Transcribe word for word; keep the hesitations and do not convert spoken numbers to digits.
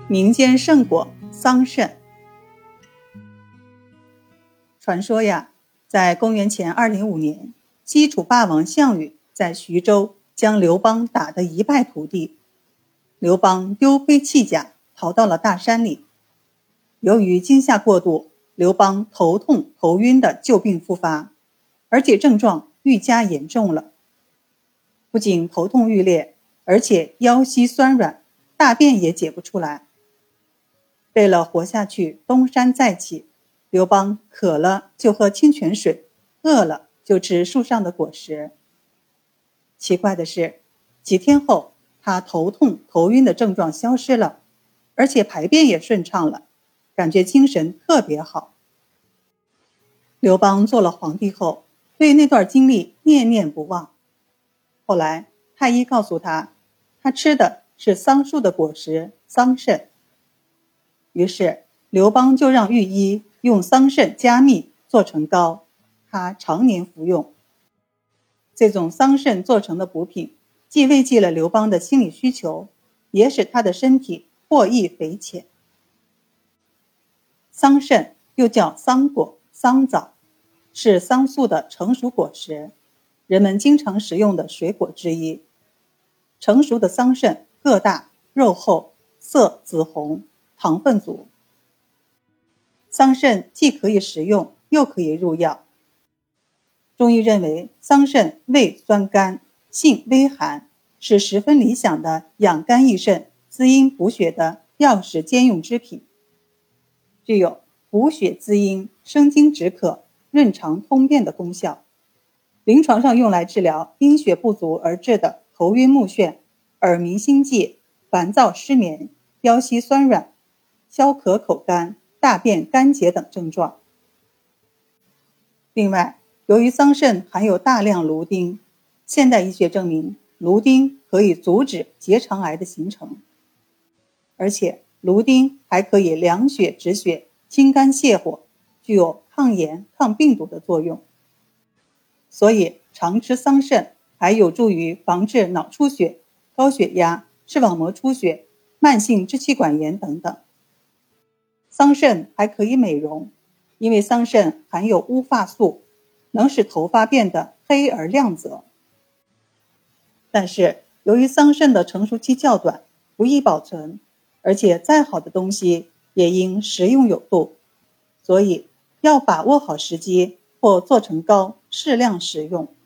民间圣果桑葚。传说呀，在公元前二零五年，西楚霸王项羽在徐州将刘邦打得一败涂地。刘邦丢盔弃甲，逃到了大山里。由于惊吓过度，刘邦头痛头晕的旧病复发，而且症状愈加严重了。不仅头痛欲裂，而且腰膝酸软，大便也解不出来。为了活下去，东山再起，刘邦渴了就喝清泉水，饿了就吃树上的果实。奇怪的是，几天后，他头痛头晕的症状消失了，而且排便也顺畅了，感觉精神特别好。刘邦做了皇帝后，对那段经历念念不忘。后来太医告诉他，他吃的是桑树的果实桑葚。于是刘邦就让御医用桑葚加蜜做成膏，他常年服用。这种桑葚做成的补品，既慰藉了刘邦的心理需求，也使他的身体获益匪浅。桑葚又叫桑果、桑枣，是桑树的成熟果实，人们经常食用的水果之一。成熟的桑葚个大肉厚，色紫红，糖分足。桑葚既可以食用，又可以入药。中医认为桑葚味酸甘，性微寒，是十分理想的养肝益肾、滋阴补血的药食兼用之品，具有补血滋阴、生津止渴、润肠通便的功效。临床上用来治疗阴血不足而致的头晕目眩、耳鸣心悸、烦躁失眠、腰膝酸软、消渴口干、大便干结等症状。另外，由于桑葚含有大量芦丁，现代医学证明芦丁可以阻止结肠癌的形成，而且芦丁还可以凉血止血、清肝泻火，具有抗炎抗病毒的作用。所以常吃桑葚还有助于防治脑出血、高血压、视网膜出血、慢性支气管炎等等。桑葚还可以美容，因为桑葚含有乌发素，能使头发变得黑而亮泽。但是由于桑葚的成熟期较短，不易保存，而且再好的东西也应食用有度，所以要把握好时机，或做成膏适量食用。